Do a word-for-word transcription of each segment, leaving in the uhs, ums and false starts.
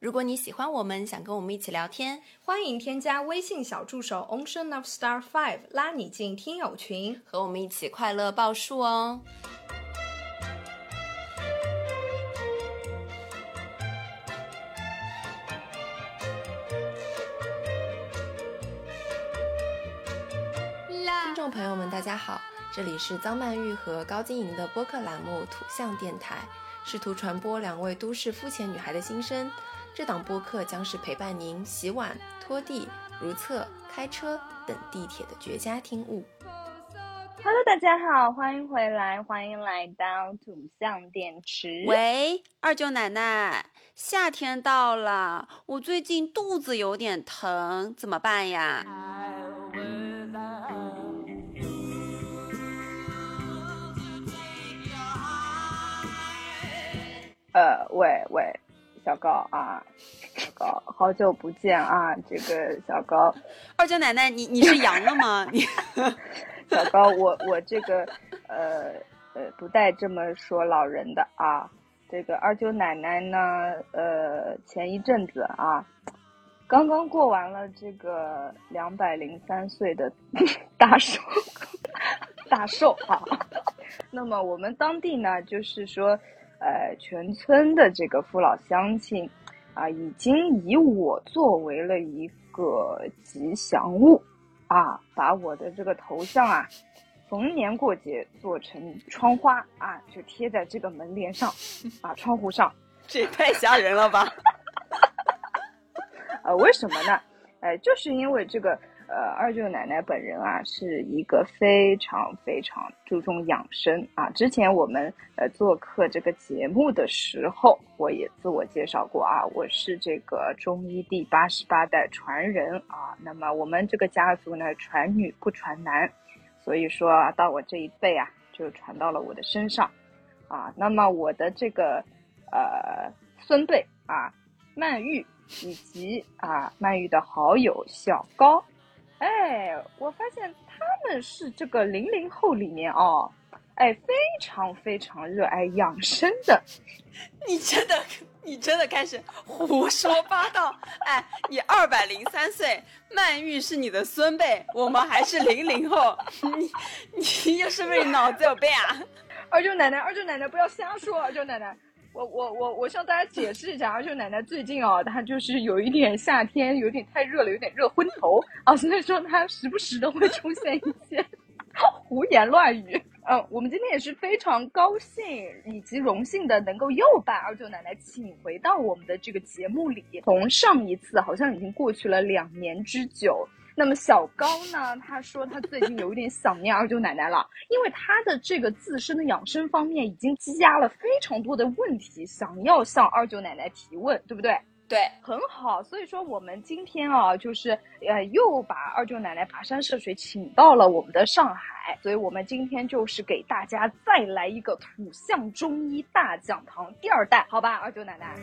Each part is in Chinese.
如果你喜欢我们，想跟我们一起聊天， 欢迎添加微信小助手 Ocean of Star Five， 拉你进听友群， 和我们一起快乐报数哦。听众朋友们大家好，这里是张曼玉和高晶莹的播客栏目土象电台，试图传播两位都市肤浅女孩的心声。这档播客将是陪伴您洗碗、拖地、如厕、开车等地铁的绝佳听物。 Hello， 大家好，欢迎回来，欢迎来到土象电池。 喂，二舅奶奶，夏天到了，我最近肚子有点疼，怎么办呀？ 呃，喂喂，小高啊，小高，好久不见啊，这个小高， 二舅奶奶，你你是阳了吗？你小高，我我这个呃呃不带这么说老人的啊，这个二舅奶奶呢，呃前一阵子啊，刚刚过完了这个两百零三岁的大寿大寿啊，那么我们当地呢，就是说。呃，全村的这个父老乡亲啊，已经以我作为了一个吉祥物啊，把我的这个头像啊，逢年过节做成窗花啊，就贴在这个门帘上啊，窗户上。 这也太吓人了吧！ 呃，为什么呢？呃，就是因为这个。呃，二舅奶奶本人啊，是一个非常非常注重养生啊。之前我们呃做客这个节目的时候，我也自我介绍过啊，我是这个中医第八十八代传人啊。那么我们这个家族呢，传女不传男，所以说啊，到我这一辈啊，就传到了我的身上啊。那么我的这个呃孙辈啊，曼玉以及啊曼玉的好友小高。哎，我发现他们是这个零零后里面哦，哎，非常非常热爱养生的。 你真的，你真的开始胡说八道！哎，你二百零三岁，曼玉是你的孙辈，我们还是零零后，你你又是不是脑子有病啊？ 二舅奶奶，二舅奶奶不要瞎说，二舅奶奶。我我我我向大家解释一下，二舅奶奶最近哦，她就是有一点夏天，有点太热了，有点热昏头啊，所以说她时不时的会出现一些胡言乱语。嗯，我们今天也是非常高兴以及荣幸的能够又把二舅奶奶请回到我们的这个节目里。从上一次好像已经过去了两年之久。那么小高呢，他说他最近有一点想念二舅奶奶了，因为他的这个自身的养生方面已经积压了非常多的问题，想要向二舅奶奶提问，对不对？ 对， 很好。所以说我们今天啊，就是呃又把二舅奶奶跋山涉水请到了我们的上海，所以我们今天就是给大家再来一个土象中医大讲堂第二弹，好吧，二舅奶奶？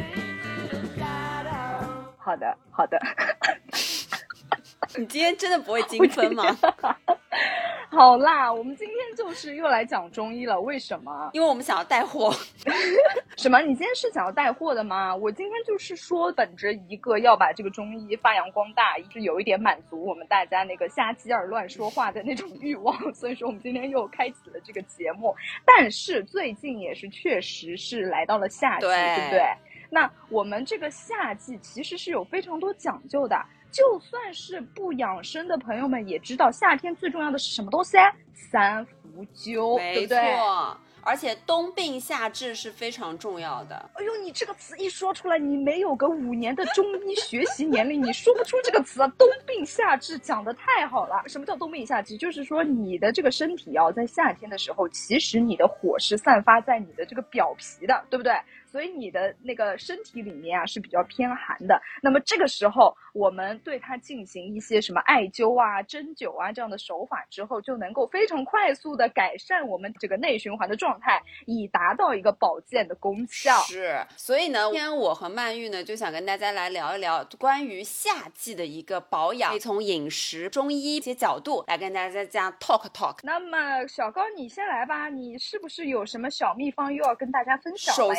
好的，好的。 你今天真的不会精分吗？ 好啦，我们今天就是又来讲中医了。为什么？ 因为我们想要带货。 什么？你今天是想要带货的吗？我今天就是说，本着一个要把这个中医发扬光大，是有一点满足我们大家那个瞎鸡儿乱说话的那种欲望，所以说我们今天又开启了这个节目。但是最近也是确实是来到了夏季， 对, 对不对？那我们这个夏季其实是有非常多讲究的。就算是不养生的朋友们也知道，夏天最重要的是什么东西？三伏灸，对不对？ 没错，而且冬病夏治是非常重要的。 哎呦，你这个词一说出来，你没有个五年的中医学习年龄，你说不出这个词啊！冬病夏治讲得太好了。什么叫冬病夏治？就是说你的这个身体啊，在夏天的时候，其实你的火是散发在你的这个表皮的，对不对？所以你的那个身体里面啊是比较偏寒的。那么这个时候我们对它进行一些什么艾灸啊、针灸啊这样的手法之后，就能够非常快速的改善我们这个内循环的状态，以达到一个保健的功效。 是，所以呢，今天我和曼玉呢就想跟大家来聊一聊关于夏季的一个保养，可以从饮食、中医一些角度来跟大家这样 talk talk。 那么小高你先来吧，你是不是有什么小秘方又要跟大家分享了呀？ 首先我们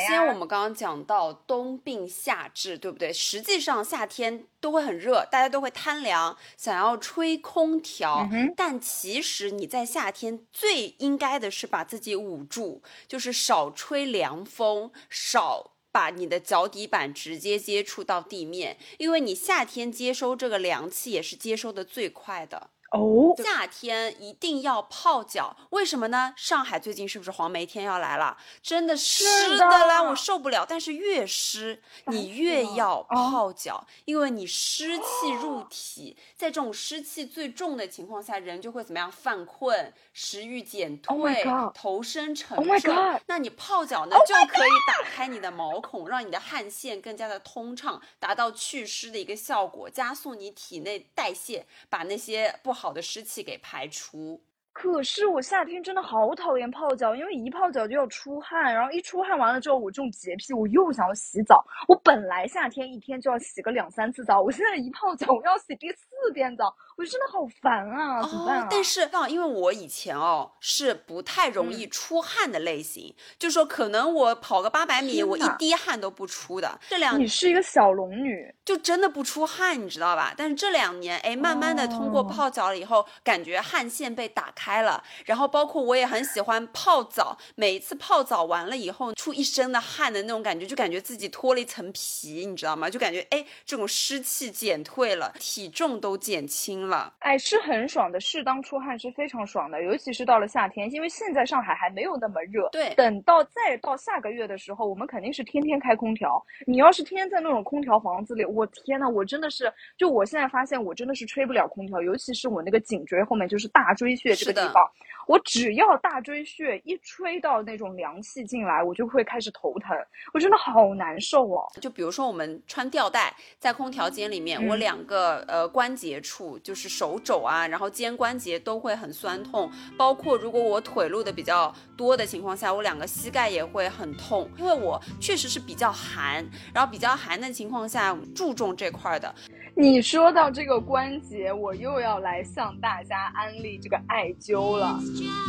们刚刚讲到冬病夏治，对不对？实际上夏天都会很热，大家都会贪凉，想要吹空调、 嗯、 但其实你在夏天最应该的是把自己捂住，就是少吹凉风，少把你的脚底板直接接触到地面，因为你夏天接收这个凉气也是接收的最快的。 哦， 夏天一定要泡脚，为什么呢？上海最近是不是黄梅天要来了？真的湿的啦，我受不了。但是越湿，你越要泡脚，哦、因为你湿气入体，在这种湿气最重的情况下，人就会怎么样？犯困、食欲减退、 oh、 头身沉重。Oh、 那你泡脚呢， oh、 就可以打开你的毛孔，让你的汗腺更加的通畅，达到祛湿的一个效果，加速你体内代谢，把那些不好的湿气给排除。 可是我夏天真的好讨厌泡脚，因为一泡脚就要出汗，然后一出汗完了之后，我这种洁癖，我又想要洗澡。我本来夏天一天就要洗个两三次澡，我现在一泡脚我要洗第四遍澡，我真的好烦啊！怎么办啊？ 哦、但是啊，因为我以前哦是不太容易出汗的类型，嗯、就说可能我跑个八百米，我一滴汗都不出的。这两你是一个小龙女， 就真的不出汗，你知道吧？但是这两年，哎，慢慢的通过泡脚了以后，哦、感觉汗腺被打开。开了，然后包括我也很喜欢泡澡，每一次泡澡完了以后出一身的汗的那种感觉，就感觉自己脱了一层皮，你知道吗？就感觉哎，这种湿气减退了，体重都减轻了， 哎，是很爽的，适当出汗是非常爽的，尤其是到了夏天，因为现在上海还没有那么热， 对， 等到再到下个月的时候，我们肯定是天天开空调。你要是天天在那种空调房子里，我天哪，我真的是，就我现在发现我真的是吹不了空调，尤其是我那个颈椎后面就是大椎穴这个地方，我只要大椎穴一吹到那种凉气进来，我就会开始头疼，我真的好难受哦。 就比如说我们穿吊带在空调间里面， 嗯、 我两个呃关节处，就是手肘啊，然后肩关节都会很酸痛，包括如果我腿露的比较多的情况下，我两个膝盖也会很痛，因为我确实是比较寒，然后比较寒的情况下注重这块的。 你说到这个关节，我又要来向大家安利这个艾灸了。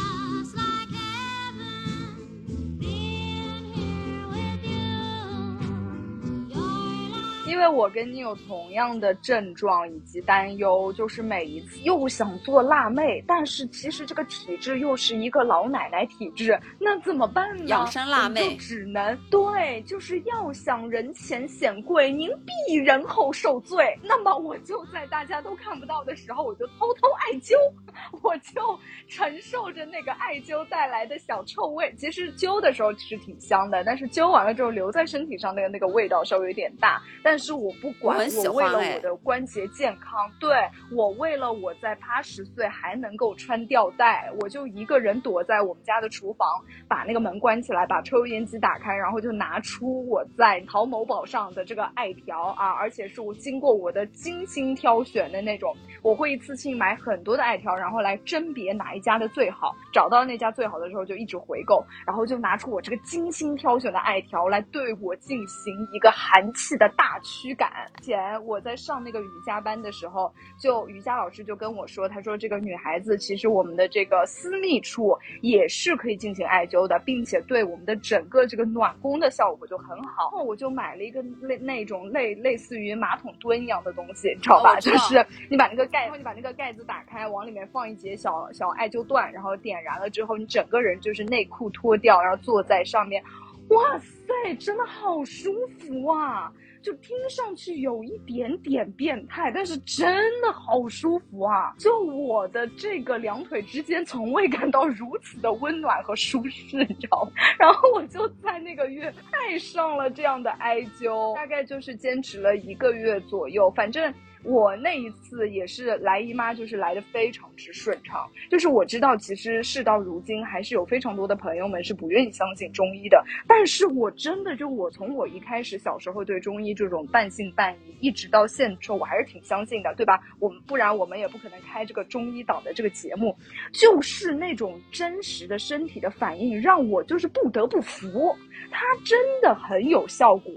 因为我跟你有同样的症状以及担忧，就是每一次又想做辣妹，但是其实这个体质又是一个老奶奶体质，那怎么办呢？ 养生辣妹就只能对，就是要想人前显贵，您必人后受罪。那么我就在大家都看不到的时候，我就偷偷艾灸，我就承受着那个艾灸带来的小臭味。其实灸的时候其实挺香的，但是灸完了之后留在身体上那个那个味道稍微有点大。但是我不管，我, 我为了我的关节健康，对，我为了我在八十岁还能够穿吊带，我就一个人躲在我们家的厨房，把那个门关起来，把抽油烟机打开，然后就拿出我在淘某宝上的这个艾条啊，而且是我经过我的精心挑选的那种，我会一次性买很多的艾条，然后来甄别哪一家的最好，找到那家最好的时候就一直回购，然后就拿出我这个精心挑选的艾条来对我进行一个寒气的大驱赶。前我在上那个瑜伽班的时候，就瑜伽老师就跟我说，他说这个女孩子其实我们的这个私密处也是可以进行艾灸的，并且对我们的整个这个暖宫的效果就很好。然后我就买了一个类那种类类似于马桶墩一样的东西，你知道吧？哦、就是你把那个盖，然后你把那个盖子打开，往里面放一节小小艾灸段，然后点燃了之后，你整个人就是内裤脱掉，然后坐在上面，哇塞，真的好舒服啊！就听上去有一点点变态，但是真的好舒服啊！就我的这个两腿之间从未感到如此的温暖和舒适，你知道吗？然后我就在那个月爱上了这样的艾灸，大概就是坚持了一个月左右，反正我那一次也是来姨妈，就是来得非常之顺畅。就是我知道其实事到如今还是有非常多的朋友们是不愿意相信中医的，但是我真的就我从我一开始小时候对中医这种半信半疑，一直到现在我还是挺相信的，对吧？我们不然我们也不可能开这个中医岛的这个节目，就是那种真实的身体的反应让我就是不得不服，它真的很有效果。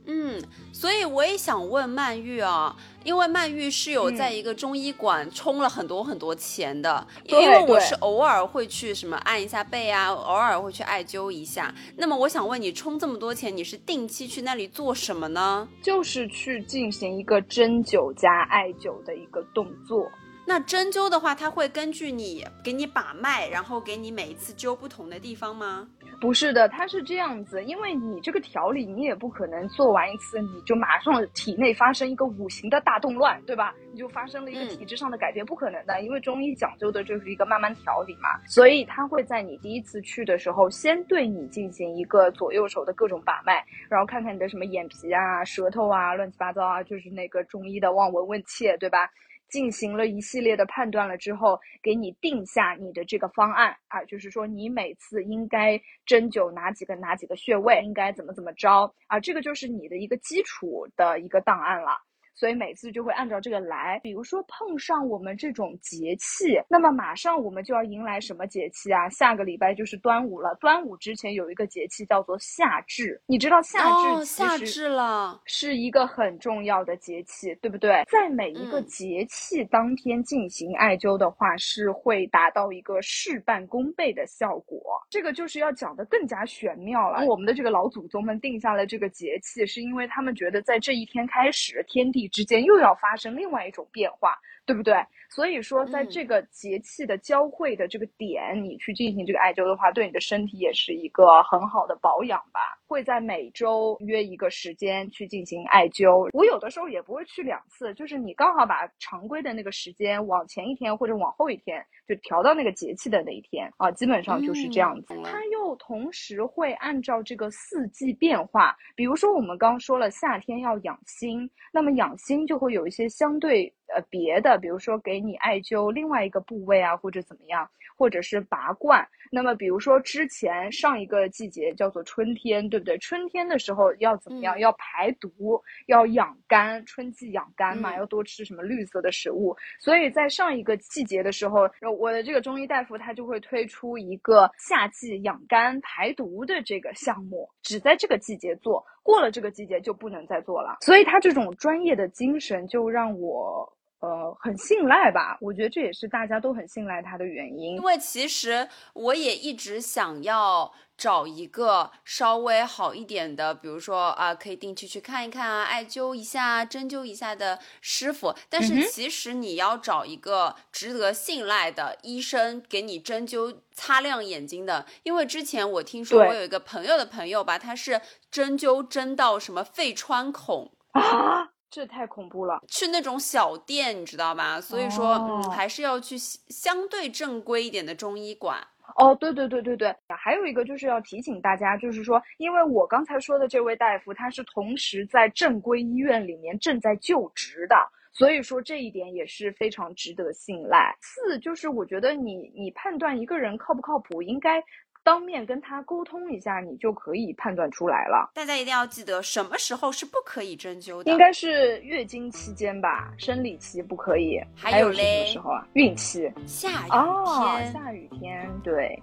嗯，所以我也想问曼玉啊，因为曼玉是有在一个中医馆充了很多很多钱的， 嗯、 因为我是偶尔会去什么按一下背啊，偶尔会去艾灸一下。那么我想问你，充这么多钱，你是定期去那里做什么呢？ 就是去进行一个针灸加艾灸的一个动作。 那针灸的话，它会根据你给你把脉，然后给你每一次灸不同的地方吗？ 不是的，它是这样子，因为你这个调理，你也不可能做完一次你就马上体内发生一个五行的大动乱，对吧？你就发生了一个体质上的改变，嗯、不可能的，因为中医讲究的就是一个慢慢调理嘛，所以它会在你第一次去的时候，先对你进行一个左右手的各种把脉，然后看看你的什么眼皮啊、舌头啊、乱七八糟啊，就是那个中医的望闻问切，对吧？进行了一系列的判断了之后，给你定下你的这个方案啊，就是说你每次应该针灸哪几个哪几个穴位，应该怎么怎么着啊，这个就是你的一个基础的一个档案了。所以每次就会按照这个来，比如说碰上我们这种节气，那么马上我们就要迎来什么节气啊？下个礼拜就是端午了。端午之前有一个节气叫做夏至，你知道夏至其实夏至了， 是一个很重要的节气，对不对？在每一个节气当天进行艾灸的话，嗯、是会达到一个事半功倍的效果。这个就是要讲得更加玄妙了。我们的这个老祖宗们定下了这个节气，是因为他们觉得在这一天开始，天地之间又要发生另外一种变化，对不对？所以说在这个节气的交汇的这个点，嗯、你去进行这个艾灸的话，对你的身体也是一个很好的保养吧。会在每周约一个时间去进行艾灸，我有的时候也不会去两次，就是你刚好把常规的那个时间往前一天或者往后一天就调到那个节气的那一天啊，基本上就是这样子。嗯、它又同时会按照这个四季变化，比如说我们刚说了夏天要养心，那么养心就会有一些相对呃别的，比如说给你艾灸另外一个部位啊，或者怎么样，或者是拔罐。那么比如说之前上一个季节叫做春天，对不对？春天的时候要怎么样？嗯、要排毒，要养肝，春季养肝嘛，嗯、要多吃什么绿色的食物。所以在上一个季节的时候，我的这个中医大夫他就会推出一个夏季养肝排毒的这个项目，只在这个季节做，过了这个季节就不能再做了。所以他这种专业的精神就让我呃，很信赖吧，我觉得这也是大家都很信赖他的原因。 因为其实我也一直想要找一个稍微好一点的，比如说啊、呃，可以定期去看一看啊，艾灸一下、针灸一下的师傅。但是其实你要找一个值得信赖的医生给你针灸、擦亮眼睛的。因为之前我听说我有一个朋友的朋友吧，他是针灸针到什么肺穿孔啊。这太恐怖了， 去那种小店你知道吧，所以说、哦、嗯，还是要去相对正规一点的中医馆。 哦，对对对对对，还有一个就是要提醒大家，就是说因为我刚才说的这位大夫他是同时在正规医院里面正在就职的，所以说这一点也是非常值得信赖。四就是我觉得你你判断一个人靠不靠谱，应该当面跟他沟通一下，你就可以判断出来了。 大家一定要记得什么时候是不可以针灸的， 应该是月经期间吧，生理期不可以。 还有嘞， 还有什么时候啊？孕期， 下雨天、 哦、下雨天，对。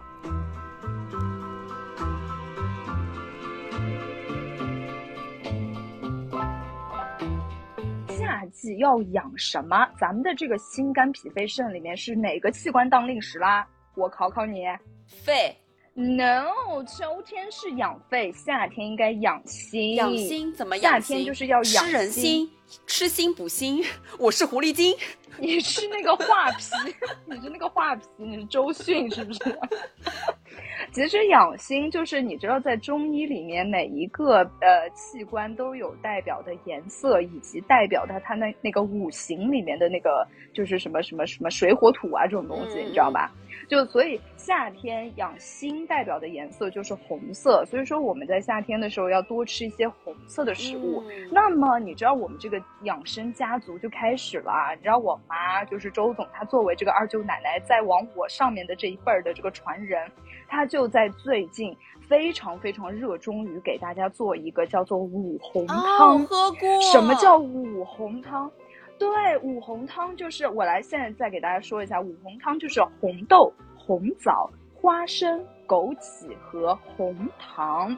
夏季要养什么？咱们的这个心肝脾肺肾里面是哪个器官当令时啦？我考考你。 肺。 No， 秋天是养肺，夏天应该养心。 养心怎么养心？ 夏天就是要养心， 吃人心，吃心补心。我是狐狸精， 你是那个画皮，你是那个画皮，你是周迅是不是？其实养心就是你知道，在中医里面每一个呃器官都有代表的颜色，以及代表它它那那个五行里面的那个就是什么什么什么水火土啊这种东西，嗯、你知道吧？就所以夏天养心代表的颜色就是红色，所以说我们在夏天的时候要多吃一些红色的食物。嗯、那么你知道我们这个养生家族就开始了，你知道我妈就是周总，她作为这个二舅奶奶，再往我上面的这一辈儿的这个传人，她就在最近非常非常热衷于给大家做一个叫做五红汤。 哦，喝过。 什么叫五红汤？对，五红汤就是我来现在再给大家说一下，五红汤就是红豆、红枣、花生、枸杞和红糖。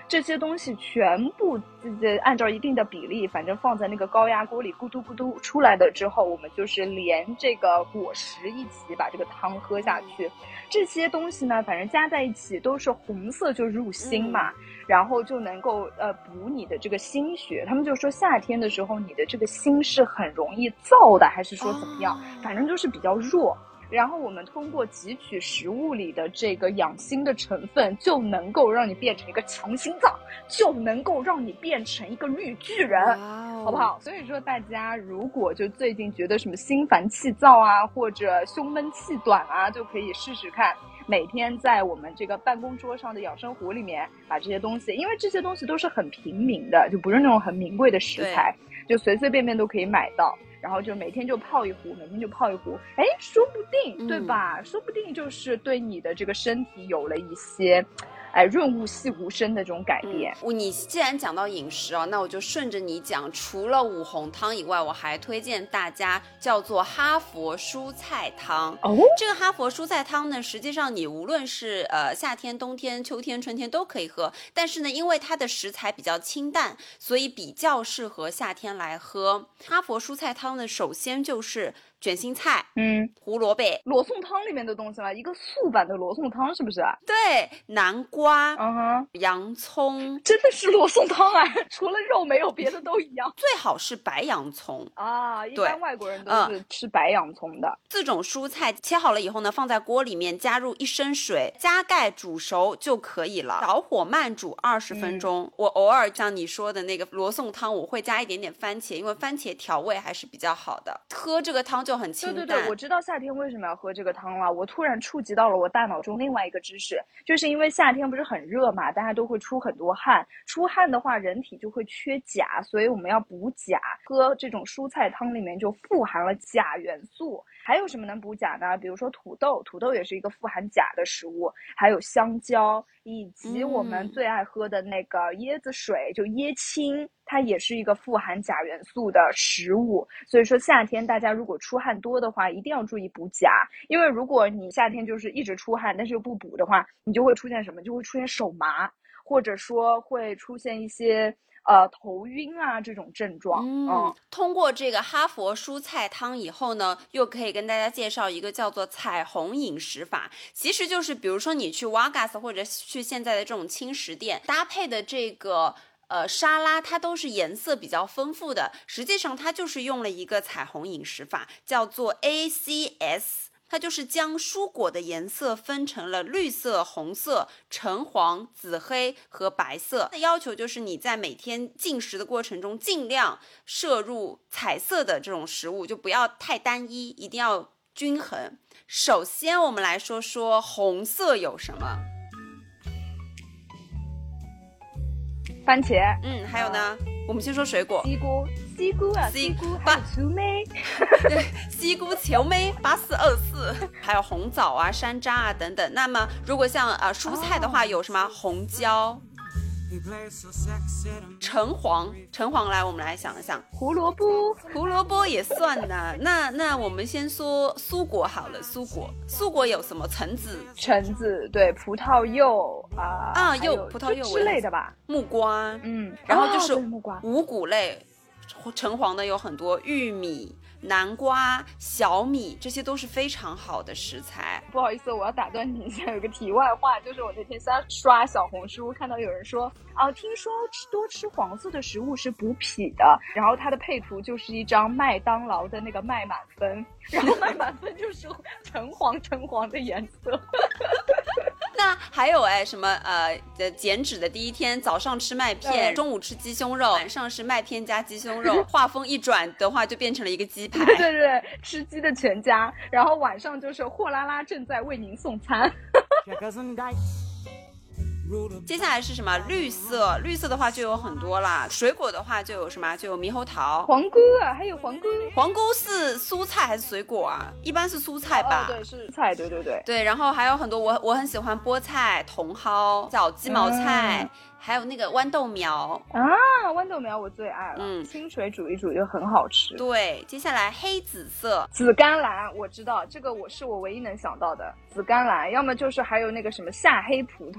这些东西全部按照一定的比例，反正放在那个高压锅里咕嘟咕嘟出来的之后，我们就是连这个果实一起把这个汤喝下去。这些东西呢，反正加在一起都是红色，就入心嘛，嗯、然后就能够呃补你的这个心血。他们就说夏天的时候，你的这个心是很容易燥的，还是说怎么样？哦、反正就是比较弱。然后我们通过汲取食物里的这个养心的成分，就能够让你变成一个强心脏，就能够让你变成一个绿巨人， wow. 好不好？所以说大家如果就最近觉得什么心烦气躁啊，或者胸闷气短啊，就可以试试看，每天在我们这个办公桌上的养生壶里面把这些东西，因为这些东西都是很平民的，就不是那种很名贵的食材，就随随便便都可以买到，然后就每天就泡一壶，每天就泡一壶，哎，说不定，对吧？嗯、说不定就是对你的这个身体有了一些，哎，润物细无声的这种改变。 嗯、你既然讲到饮食啊，那我就顺着你讲，除了五红汤以外，我还推荐大家叫做哈佛蔬菜汤。哦，这个哈佛蔬菜汤呢，实际上你无论是呃夏天、冬天、秋天、春天都可以喝，但是呢，因为它的食材比较清淡，所以比较适合夏天来喝。哈佛蔬菜汤呢，首先就是卷心菜，嗯，胡萝卜， 罗宋汤里面的东西嘛，一个素版的罗宋汤是不是？ 对，南瓜，嗯哼，洋葱， 真的是罗宋汤啊！除了肉没有别的都一样。 最好是白洋葱啊，一般外国人都是吃白洋葱的。 四种蔬菜切好了以后呢，放在锅里面，加入一升水，加盖煮熟就可以了。小火慢煮二十分钟。嗯、我偶尔像你说的那个罗宋汤，我会加一点点番茄，因为番茄调味还是比较好的。喝这个汤就很清淡。 对对对，我知道夏天为什么要喝这个汤了。我突然触及到了我大脑中另外一个知识，就是因为夏天不是很热嘛，大家都会出很多汗，出汗的话人体就会缺钾，所以我们要补钾。喝这种蔬菜汤里面就富含了钾元素。还有什么能补钾呢？比如说土豆，土豆也是一个富含钾的食物，还有香蕉，以及我们最爱喝的那个椰子水，就椰青，它也是一个富含钾元素的食物。所以说夏天大家如果出汗多的话，一定要注意补钾，因为如果你夏天就是一直出汗，但是又不补的话，你就会出现什么？就会出现手麻，或者说会出现一些呃，头晕啊这种症状。嗯， 嗯通过这个哈佛蔬菜汤以后呢，又可以跟大家介绍一个叫做彩虹饮食法。其实就是比如说你去 Wagas 或者去现在的这种轻食店搭配的这个呃沙拉，它都是颜色比较丰富的，实际上它就是用了一个彩虹饮食法，叫做 A C S。它就是将蔬果的颜色分成了绿色、红色、橙黄、紫黑和白色。要求就是你在每天进食的过程中，尽量摄入彩色的这种食物，就不要太单一，一定要均衡。首先，我们来说说红色有什么？ 番茄。 嗯，还有呢？啊、我们先说水果。 西菇。西菇啊，西菇，还有草莓， 对，西菇、草莓，八四二四，还有红枣啊、山楂啊等等。那么，如果像呃蔬菜的话，有什么红椒、橙黄？橙黄来，我们来想一想， 胡萝卜， 胡萝卜也算呢。那那我们先说蔬果好了，蔬果，蔬果有什么？橙子， 橙子，对，葡萄柚啊啊，柚，葡萄柚之类的吧， 木瓜， 嗯， 然后就是木瓜， 五谷类。橙黄的有很多，玉米、南瓜、小米，这些都是非常好的食材。 不好意思，我要打断你一下，有个题外话，就是我那天在刷小红书，看到有人说啊，听说吃多吃黄色的食物是补脾的，然后它的配图就是一张麦当劳的那个麦满分，然后麦满分就是橙黄橙黄的颜色。 那还有哎，什么呃，减脂的第一天，早上吃麦片，中午吃鸡胸肉，晚上是麦片加鸡胸肉，画风一转的话就变成了一个鸡排。 对对对，吃鸡的全家，然后晚上就是货拉拉正在为您送餐。 接下来是什么？绿色，绿色的话就有很多啦。水果的话就有什么？就有猕猴桃、 黄菇啊，还有黄菇。 黄菇是蔬菜还是水果啊？一般是蔬菜吧。 哦、对，是菜，对对对。 对，然后还有很多，我我很喜欢菠菜、茼蒿、小鸡毛菜。嗯，还有那个豌豆苗啊，豌豆苗我最爱了，嗯，清水煮一煮就很好吃。 对，接下来黑紫色， 紫甘蓝，我知道这个，我是我唯一能想到的紫甘蓝，要么就是还有那个什么夏黑葡萄。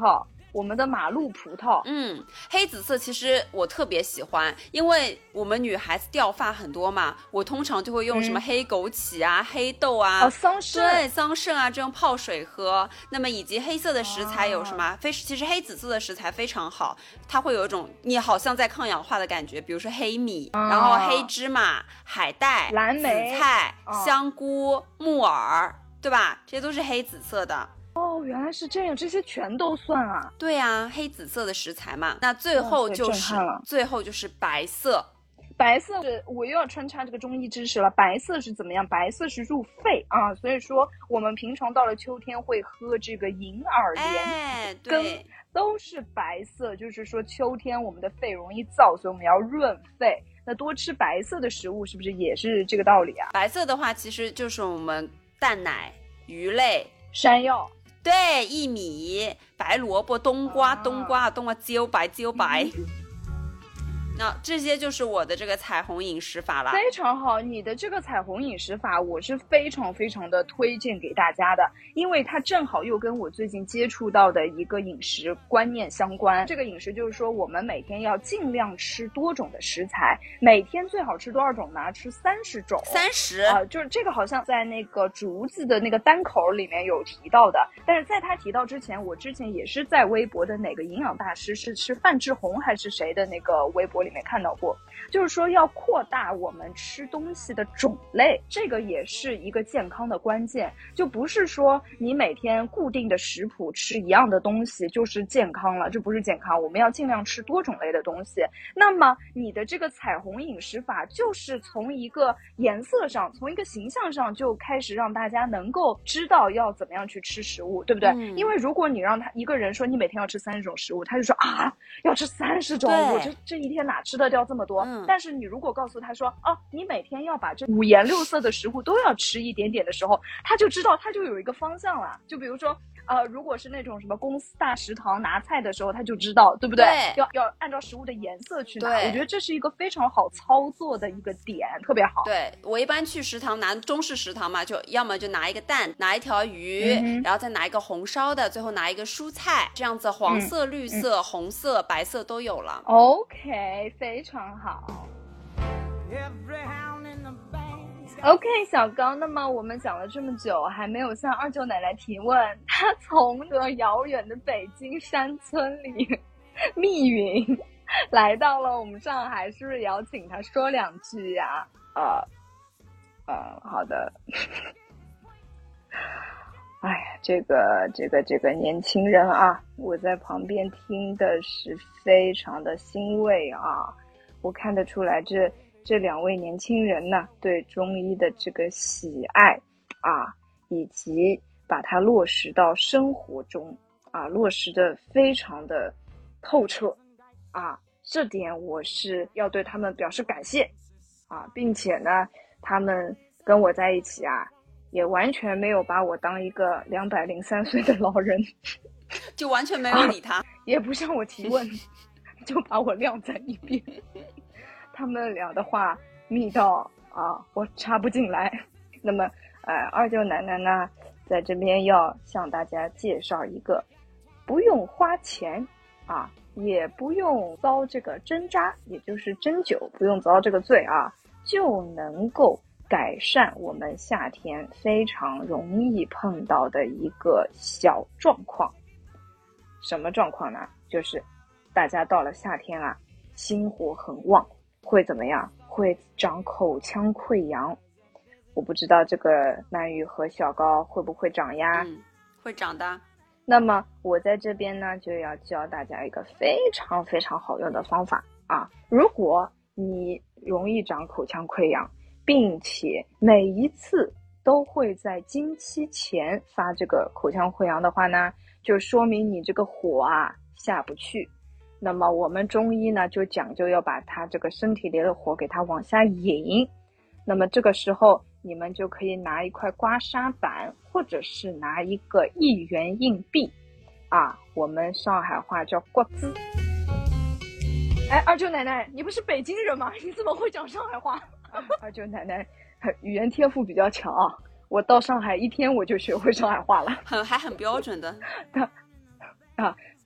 我们的马路葡萄。 嗯，黑紫色其实我特别喜欢，因为我们女孩子掉发很多嘛，我通常就会用什么黑枸杞啊、嗯、黑豆啊、 哦桑葚， 对桑葚啊这种泡水喝。那么以及黑色的食材有什么？啊、非其实黑紫色的食材非常好，它会有一种你好像在抗氧化的感觉，比如说黑米，啊、然后黑芝麻、海带、 蓝莓、 紫菜、 啊、 香菇、木耳，对吧？这些都是黑紫色的。 哦，原来是这样，这些全都算啊。 对啊，黑紫色的食材嘛。那最后就是最后就是白色。 白色是我又要穿插这个中医知识了。白色是怎么样？白色是入肺啊，所以说我们平常到了秋天会喝这个银耳莲， 哎，对， 都是白色，就是说秋天我们的肺容易燥，所以我们要润肺。那多吃白色的食物是不是也是这个道理啊？ 白色的话其实就是我们蛋奶、鱼类、 山药。 对，薏米、白萝卜、冬瓜、啊、冬瓜、冬瓜椒白、椒白。嗯，那这些就是我的这个彩虹饮食法了。 非常好，你的这个彩虹饮食法我是非常非常的推荐给大家的，因为它正好又跟我最近接触到的一个饮食观念相关。这个饮食就是说我们每天要尽量吃多种的食材，每天最好吃多少种呢？吃三十种。 三十啊、呃，就是这个好像在那个竹子的那个单口里面有提到的，但是在他提到之前，我之前也是在微博的哪个营养大师，是是范志红还是谁的那个微博里里面看到过，就是说要扩大我们吃东西的种类，这个也是一个健康的关键。就不是说你每天固定的食谱吃一样的东西就是健康了，这不是健康，我们要尽量吃多种类的东西。那么你的这个彩虹饮食法就是从一个颜色上，从一个形象上就开始让大家能够知道要怎么样去吃食物，对不对？嗯、因为如果你让他一个人说你每天要吃三十种食物，他就说啊要吃三十种，我这这一天哪吃得掉这么多、嗯、但是你如果告诉他说哦、啊，你每天要把这五颜六色的食物都要吃一点点的时候，他就知道，他就有一个方向了。就比如说呃，如果是那种什么公司大食堂拿菜的时候，他就知道，对不对？ 对， 要要按照食物的颜色去拿。我觉得这是一个非常好操作的一个点，特别好。 对，我一般去食堂拿中式食堂嘛，就要么就拿一个蛋，拿一条鱼、嗯、然后再拿一个红烧的，最后拿一个蔬菜，这样子黄色、嗯、绿色、嗯、红色、白色都有了。 OK， 非常好。OK， 小高，那么我们讲了这么久，还没有向二舅奶奶提问，她从这个遥远的北京山村里密云来到了我们上海，是不是也要请她说两句呀、啊？呃，呃，好的。哎呀，这个这个这个年轻人啊，我在旁边听的是非常的欣慰啊，我看得出来这。这两位年轻人呢，对中医的这个喜爱啊，以及把它落实到生活中啊，落实的非常的透彻啊，这点我是要对他们表示感谢啊，并且呢，他们跟我在一起啊，也完全没有把我当一个两百零三岁的老人， 就完全没有理他，啊、 也不向我提问，就把我晾在一边。他们俩的话密到啊，我插不进来。那么，呃，二舅奶奶呢，在这边要向大家介绍一个不用花钱啊，也不用遭这个针扎，也就是针灸，不用遭这个罪啊，就能够改善我们夏天非常容易碰到的一个小状况。什么状况呢？就是大家到了夏天啊，心火很旺。会怎么样？会长口腔溃疡。我不知道这个曼玉和小高会不会长呀？ 嗯，会长的。 那么我在这边呢，就要教大家一个非常非常好用的方法啊！如果你容易长口腔溃疡，并且每一次都会在经期前发这个口腔溃疡的话呢，就说明你这个火啊下不去。那么我们中医呢，就讲究要把它这个身体里的火给它往下引。那么这个时候你们就可以拿一块刮痧板，或者是拿一个一元硬币啊，我们上海话叫刮子。哎，二舅奶奶，你不是北京人吗？你怎么会讲上海话？二舅奶奶语言天赋比较强啊，我到上海一天我就学会上海话了， 很还很标准的。 啊，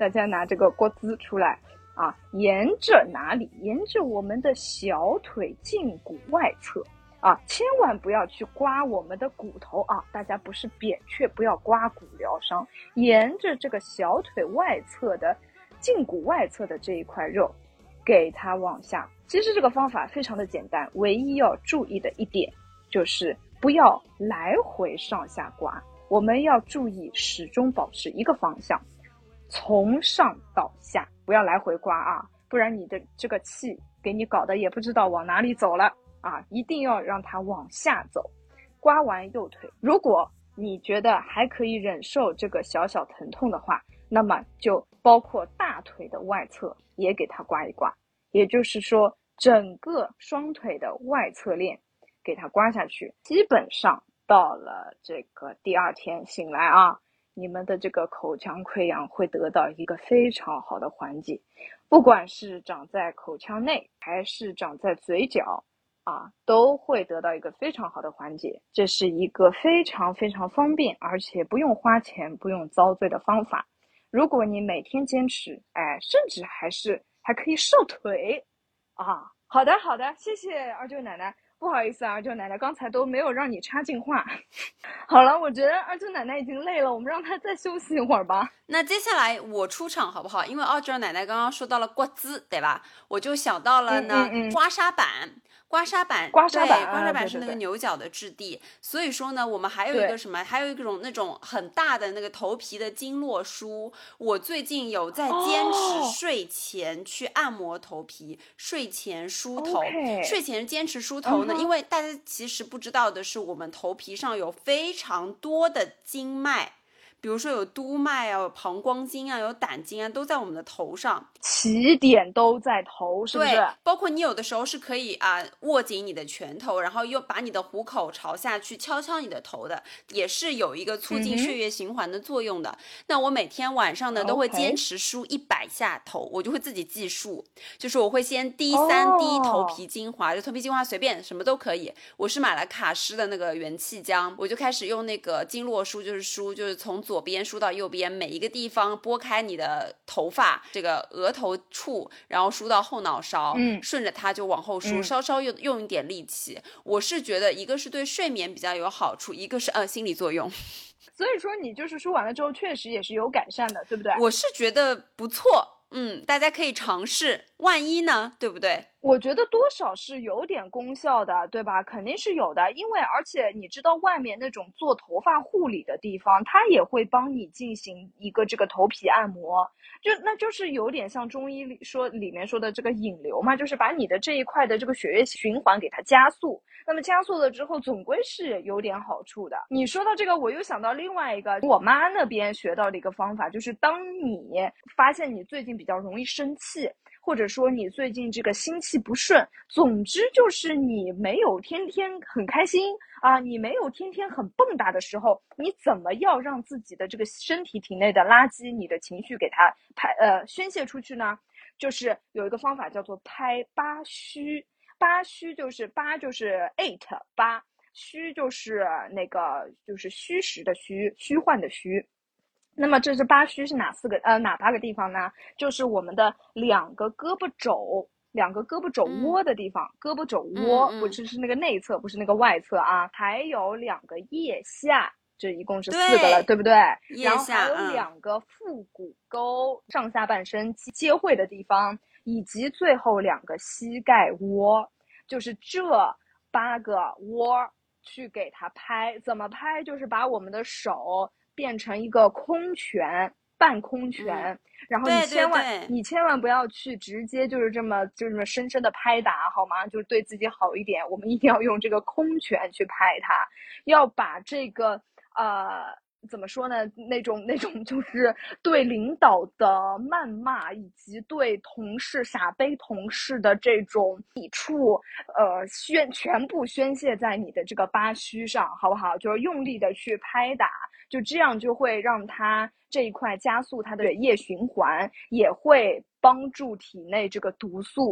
大家拿这个锅子出来啊，沿着哪里？沿着我们的小腿胫骨外侧啊，千万不要去刮我们的骨头啊！大家不是扁鹊，不要刮骨疗伤。沿着这个小腿外侧的胫骨外侧的这一块肉，给它往下。其实这个方法非常的简单，唯一要注意的一点就是不要来回上下刮，我们要注意始终保持一个方向，从上到下，不要来回刮啊，不然你的这个气给你搞得也不知道往哪里走了啊！一定要让它往下走。刮完右腿，如果你觉得还可以忍受这个小小疼痛的话，那么就包括大腿的外侧也给它刮一刮，也就是说整个双腿的外侧链给它刮下去。基本上到了这个第二天醒来啊，你们的这个口腔溃疡会得到一个非常好的缓解，不管是长在口腔内还是长在嘴角啊，都会得到一个非常好的缓解。这是一个非常非常方便，而且不用花钱不用遭罪的方法。如果你每天坚持，哎，甚至还是还可以瘦腿啊。好的好的，谢谢二舅奶奶。不好意思啊，二舅奶奶，刚才都没有让你插进话。好了，我觉得二舅奶奶已经累了，我们让她再休息一会儿吧。 那接下来我出场好不好？因为二舅奶奶刚刚说到了刮子，对吧？我就想到了呢， 嗯嗯嗯刮痧板。刮痧板， 刮痧板， 对，刮痧板是那个对对对牛角的质地，所以说呢，我们还有一个什么，还有一种那种很大的那个头皮的经络梳。我最近有在坚持睡前去按摩头皮，哦、睡前梳头， okay. 睡前坚持梳头呢， uh-huh. 因为大家其实不知道的是，我们头皮上有非常多的经脉。比如说有督脉啊，有膀胱经啊，有胆经啊，都在我们的头上， 起点都在头，是不是？ 对，包括你有的时候是可以啊握紧你的拳头，然后又把你的虎口朝下去敲敲你的头的，也是有一个促进血液循环的作用的。嗯、那我每天晚上呢都会坚持梳一百下头， okay. 我就会自己计数，就是我会先滴三滴头皮精华， oh. 就头皮精华随便什么都可以。我是买了卡诗的那个元气浆，我就开始用那个经络梳，就是梳，就是从左边梳到右边，每一个地方拨开你的头发，这个额头处，然后梳到后脑勺，嗯，顺着它就往后梳，嗯、稍稍用用一点力气。我是觉得一个是对睡眠比较有好处，一个是呃心理作用。 所以说你就是梳完了之后确实也是有改善的，对不对？ 我是觉得不错，嗯，大家可以尝试，万一呢，对不对？ 我觉得多少是有点功效的，对吧？肯定是有的，因为而且你知道外面那种做头发护理的地方，它也会帮你进行一个这个头皮按摩，就那就是有点像中医里说里面说的这个引流嘛，就是把你的这一块的这个血液循环给它加速，那么加速了之后总归是有点好处的。你说到这个，我又想到另外一个我妈那边学到的一个方法，就是当你发现你最近比较容易生气，或者说你最近这个心气不顺，总之就是你没有天天很开心啊，你没有天天很蹦跶的时候，你怎么要让自己的这个身体体内的垃圾，你的情绪给它排呃宣泄出去呢？就是有一个方法叫做拍八虚，八虚就是八就是 eight 八，虚就是那个就是虚实的虚，虚幻的虚。那么这是八虚是哪四个呃哪八个地方呢？就是我们的两个胳膊肘，两个胳膊肘窝的地方，嗯、胳膊肘窝、嗯嗯、不是是那个内侧，不是那个外侧啊。还有两个腋下，这一共是四个了， 对, 对不对？然后还有两个腹股沟、嗯、上下半身接会的地方，以及最后两个膝盖窝，就是这八个窝去给它拍。怎么拍？就是把我们的手变成一个空拳，半空拳，嗯、然后你千万对对对你千万不要去直接就是这么就这么深深的拍打，好吗？就是对自己好一点，我们一定要用这个空拳去拍它，要把这个呃怎么说呢？那种那种就是对领导的谩骂，以及对同事傻杯同事的这种抵触，呃，宣全部宣泄在你的这个八虚上，好不好？就是用力的去拍打，就这样就会让它这一块加速它的血液循环，也会帮助体内这个毒素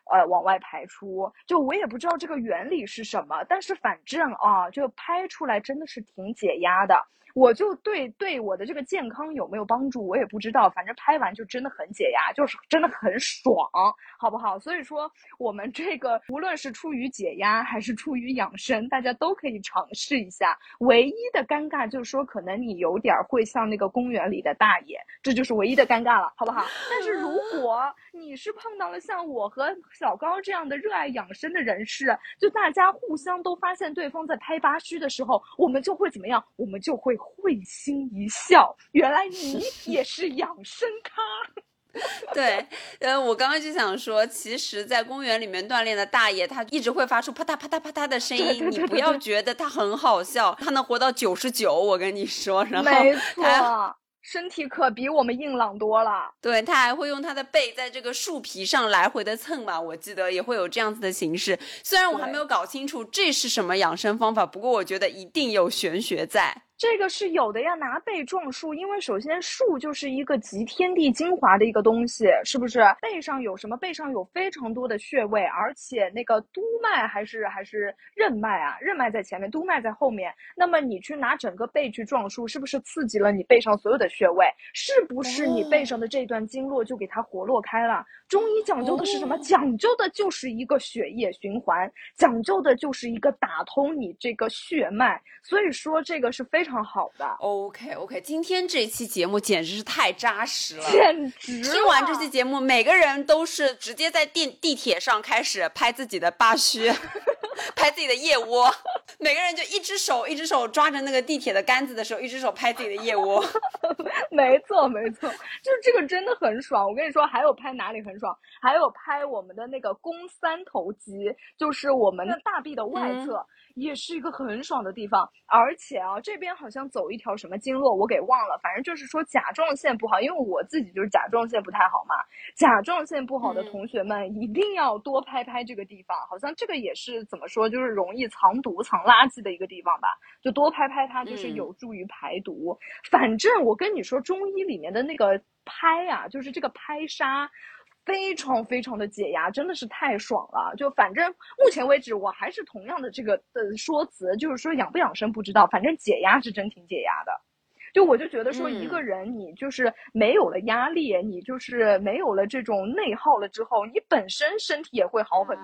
呃往外排出。就我也不知道这个原理是什么，但是反正啊，就拍出来真的是挺解压的。我就对对我的这个健康有没有帮助我也不知道，反正拍完就真的很解压，就是真的很爽，好不好？所以说我们这个无论是出于解压还是出于养生，大家都可以尝试一下。唯一的尴尬就是说可能你有点会像那个公园里的大爷，这就是唯一的尴尬了，好不好？但是如果你是碰到了像我和小高这样的热爱养生的人士，就大家互相都发现对方在拍八虚的时候，我们就会怎么样？我们就会会心一笑，原来你也是养生咖。 对，呃，我刚刚就想说，其实，在公园里面锻炼的大爷，他一直会发出啪嗒啪嗒啪嗒的声音， 对对对对你不要觉得他很好笑，他能活到九十九，我跟你说，然后没错。身体可比我们硬朗多了。 对，他还会用他的背在这个树皮上来回的蹭嘛，我记得也会有这样子的形式。虽然我还没有搞清楚这是什么养生方法，不过我觉得一定有玄学在。 这个是有的呀，拿背撞树，因为首先树就是一个集天地精华的一个东西，是不是？背上有什么？背上有非常多的穴位，而且那个督脉还是还是任脉啊，任脉在前面，督脉在后面。那么你去拿整个背去撞树，是不是刺激了你背上所有的穴位？是不是你背上的这段经络就给它活络开了？中医讲究的是什么？讲究的就是一个血液循环，讲究的就是一个打通你这个血脉。所以说这个是非常好的。 OK OK， 今天这期节目简直是太扎实了， 简直了！ 听完这期节目，每个人都是直接在地地铁上开始拍自己的八虚拍自己的腋窝，每个人就一只手一只手抓着那个地铁的杆子的时候，一只手拍自己的腋窝没错没错，就是这个真的很爽。我跟你说还有拍哪里很爽，还有拍我们的那个肱三头肌，就是我们的大臂的外侧、嗯、也是一个很爽的地方。而且啊，这边好像走一条什么经络我给忘了，反正就是说甲状腺不好，因为我自己就是甲状腺不太好嘛。甲状腺不好的同学们一定要多拍拍这个地方、嗯、好像这个也是怎么说，就是容易藏毒藏垃圾的一个地方吧，就多拍拍它，就是有助于排毒、嗯、反正我跟你说中医里面的那个拍啊，就是这个拍痧非常非常的解压，真的是太爽了。就反正目前为止我还是同样的这个的说辞，就是说养不养生不知道，反正解压是真挺解压的。就我就觉得说一个人你就是没有了压力、嗯、你就是没有了这种内耗了之后，你本身身体也会好很多。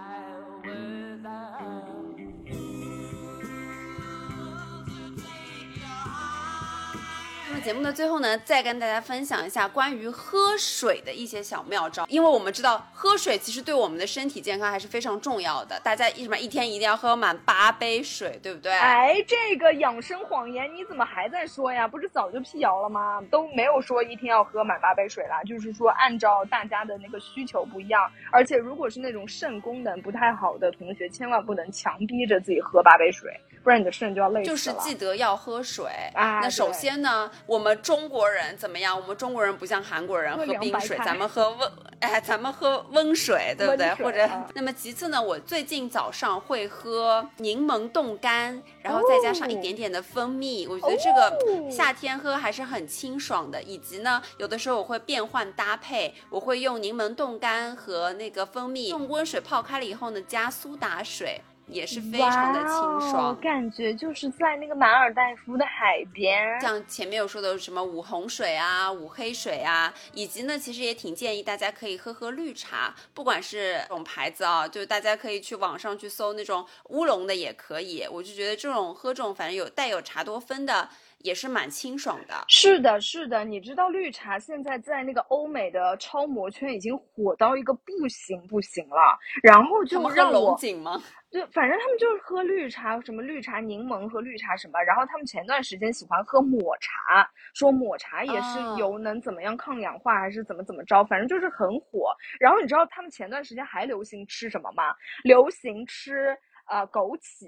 节目的最后呢，再跟大家分享一下关于喝水的一些小妙招。因为我们知道喝水其实对我们的身体健康还是非常重要的，大家什么一天一定要喝满八杯水，对不对？ 哎，这个养生谎言你怎么还在说呀？不是早就辟谣了吗？都没有说一天要喝满八杯水啦，就是说按照大家的那个需求不一样。而且如果是那种肾功能不太好的同学，千万不能强逼着自己喝八杯水，不然你的肾就要累死了。 就是记得要喝水、 啊、 那首先呢，我们中国人怎么样？我们中国人不像韩国人喝冰水，咱们喝温，哎，咱们喝温水，对不对？或者，那么其次呢，我最近早上会喝柠檬冻干，然后再加上一点点的蜂蜜，哦、我觉得这个夏天喝还是很清爽的。以及呢，有的时候我会变换搭配，我会用柠檬冻干和那个蜂蜜，用温水泡开了以后呢，加苏打水。也是非常的清爽， 感觉就是在那个马尔代夫的海边。 像前面有说的什么五红水啊、五黑水啊，以及呢，其实也挺建议大家可以喝喝绿茶，不管是这种牌子啊，就是大家可以去网上去搜那种乌龙的也可以。我就觉得这种喝这种反正有带有茶多酚的。也是蛮清爽的。 是的是的，你知道绿茶现在在那个欧美的超模圈已经火到一个不行不行了，然后就让我他们喝龙井吗？ 对，反正他们就是喝绿茶，什么绿茶柠檬和绿茶什么，然后他们前段时间喜欢喝抹茶，说抹茶也是有能怎么样抗氧化还是怎么怎么着，反正就是很火。然后你知道他们前段时间还流行吃什么吗？流行吃呃枸杞，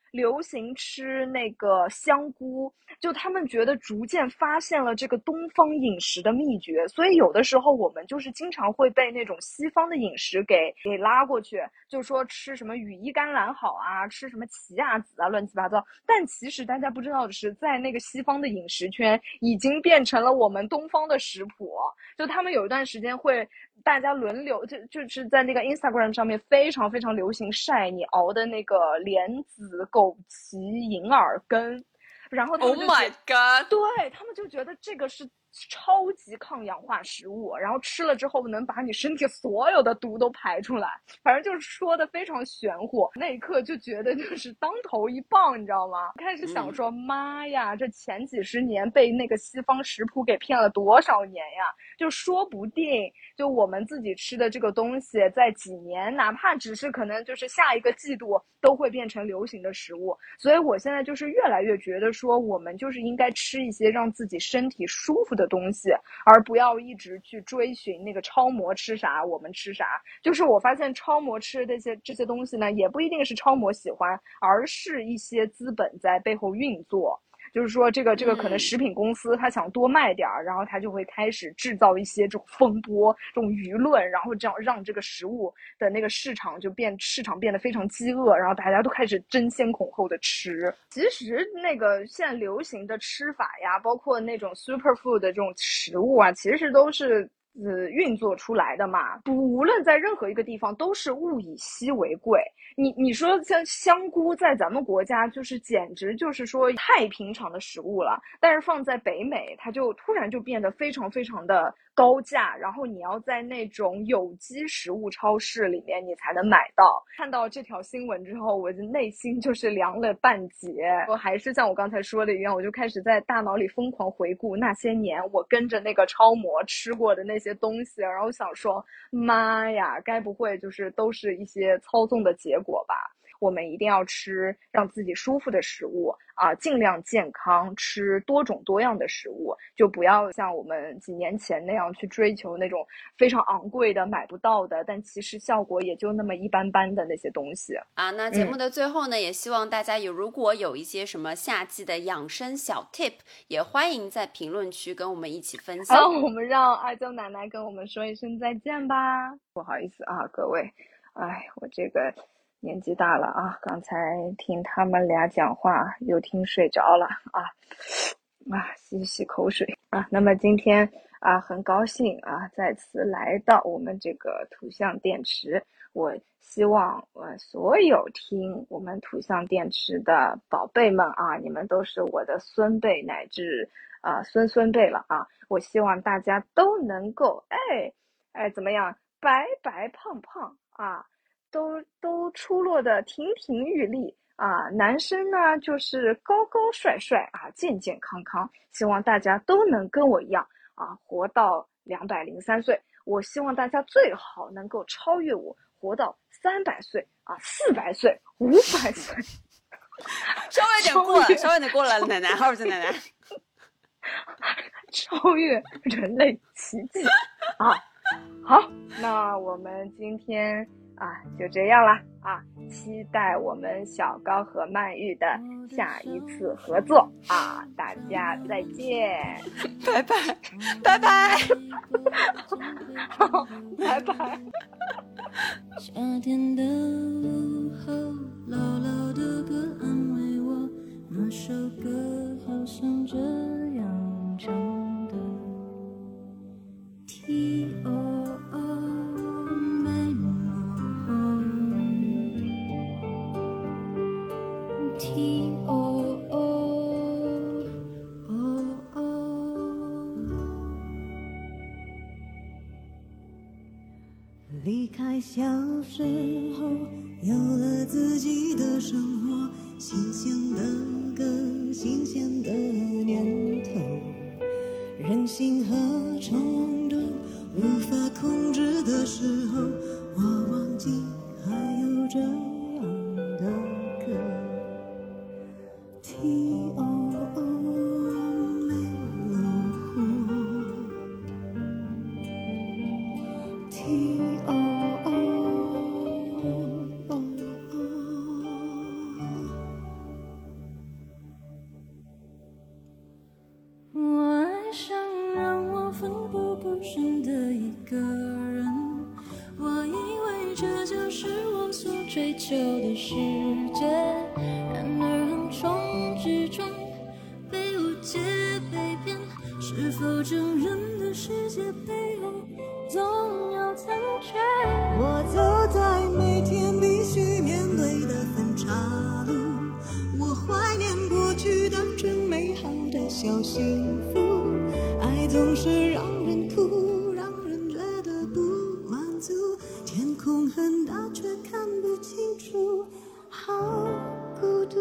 流行吃那个香菇，就他们觉得逐渐发现了这个东方饮食的秘诀，所以有的时候我们就是经常会被那种西方的饮食给给拉过去，就说吃什么羽衣甘蓝好啊，吃什么奇亚籽啊，乱七八糟。但其实大家不知道的是，在那个西方的饮食圈已经变成了我们东方的食谱，就他们有一段时间会大家轮流，就就是在那个 Instagram 上面非常非常流行晒你熬的那个莲子、枸杞、银耳羹，然后他们就 Oh my god， 对，他们就觉得这个是超级抗氧化食物，然后吃了之后能把你身体所有的毒都排出来，反正就是说的非常玄乎。那一刻就觉得就是当头一棒，你知道吗？开始想说，妈呀，这前几十年被那个西方食谱给骗了多少年呀？就说不定就我们自己吃的这个东西，在几年，哪怕只是可能就是下一个季度，都会变成流行的食物。所以我现在就是越来越觉得说，我们就是应该吃一些让自己身体舒服的东西，而不要一直去追寻那个超模吃啥我们吃啥。就是我发现超模吃这些这些东西呢，也不一定是超模喜欢，而是一些资本在背后运作。就是说这个这个可能食品公司他想多卖点儿、嗯、然后他就会开始制造一些这种风波这种舆论，然后这样让这个食物的那个市场就变市场变得非常饥饿，然后大家都开始争先恐后的吃。其实那个现在流行的吃法呀，包括那种 superfood 的这种食物啊，其实都是呃运作出来的嘛，无论在任何一个地方都是物以稀为贵。你你说像香菇在咱们国家就是简直就是说太平常的食物了，但是放在北美它就突然就变得非常非常的高价，然后你要在那种有机食物超市里面你才能买到。看到这条新闻之后，我的内心就是凉了半截。我还是像我刚才说的一样，我就开始在大脑里疯狂回顾那些年我跟着那个超模吃过的那些东西，然后想说妈呀，该不会就是都是一些操纵的结果吧。我们一定要吃让自己舒服的食物啊，尽量健康，吃多种多样的食物，就不要像我们几年前那样去追求那种非常昂贵的买不到的，但其实效果也就那么一般般的那些东西啊。那节目的最后呢、嗯、也希望大家有如果有一些什么夏季的养生小 tip， 也欢迎在评论区跟我们一起分享。 好，我们让阿周奶奶跟我们说一声再见吧。不好意思啊各位，哎，我这个年纪大了啊，刚才听他们俩讲话又听睡着了啊啊，吸吸口水啊。那么今天啊很高兴啊再次来到我们这个图像电池，我希望呃所有听我们图像电池的宝贝们啊，你们都是我的孙辈乃至啊孙孙辈了啊，我希望大家都能够哎哎怎么样白白胖胖啊，都都出落的亭亭玉立啊，男生呢就是高高帅帅啊，健健康康。希望大家都能跟我一样啊，活到两百零三岁。我希望大家最好能够超越我，活到三百岁啊，四百岁，五百岁。 稍微有点过了，稍微有点过了，奶奶，二十奶奶。 超越人类奇迹啊！好，那我们今天啊就这样啦啊，期待我们小高和曼玉的下一次合作啊，大家再见， 拜拜，拜拜， 好，拜拜。 夏天的午后，老老的歌安慰我，那首歌好像这样唱的 T O O T O O O O 离开小时候，有了自己的生活，新鲜的歌，新鲜的念头，任性和冲动无法控制的时候，我忘记还有这样的歌 T O O 没落湖 T O O O O 追求的世界，然而横冲直撞，被误解被骗，是否成人的世界背后总有残缺？我走在每天必须面对的分岔路，我怀念过去单纯美好的小幸福，爱总是让人哭，让人觉得不满足，天空很大却看不清楚，好孤独。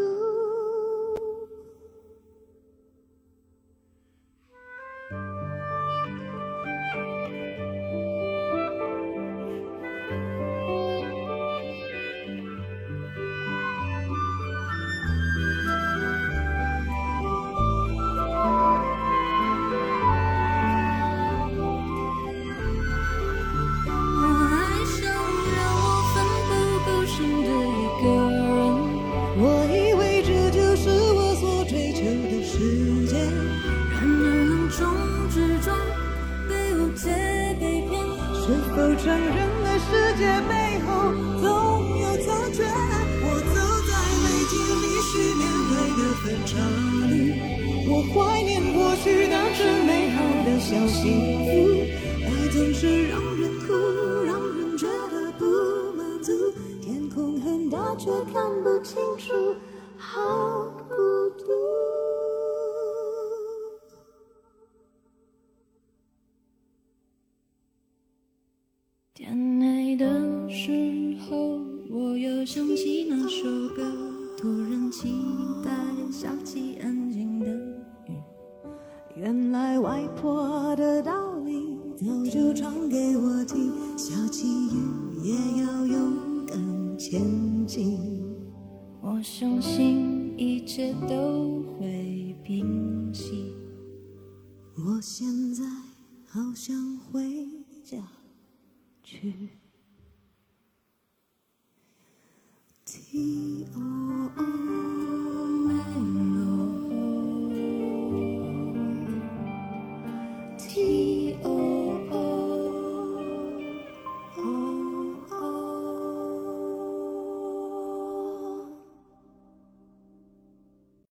是否承认了世界背后总有残缺？我走在每天必须面对的分岔路，我怀念过去单纯美好的小幸福，爱总是让人哭，让人觉得不满足，天空很大却看不清楚，好孤独。天黑的时候，我又想起那首歌，突然期待下起安静的雨。原来外婆的道理早就传给我听，下起雨也要勇敢前进。我相信一切都会平息。我现在好想回家去听。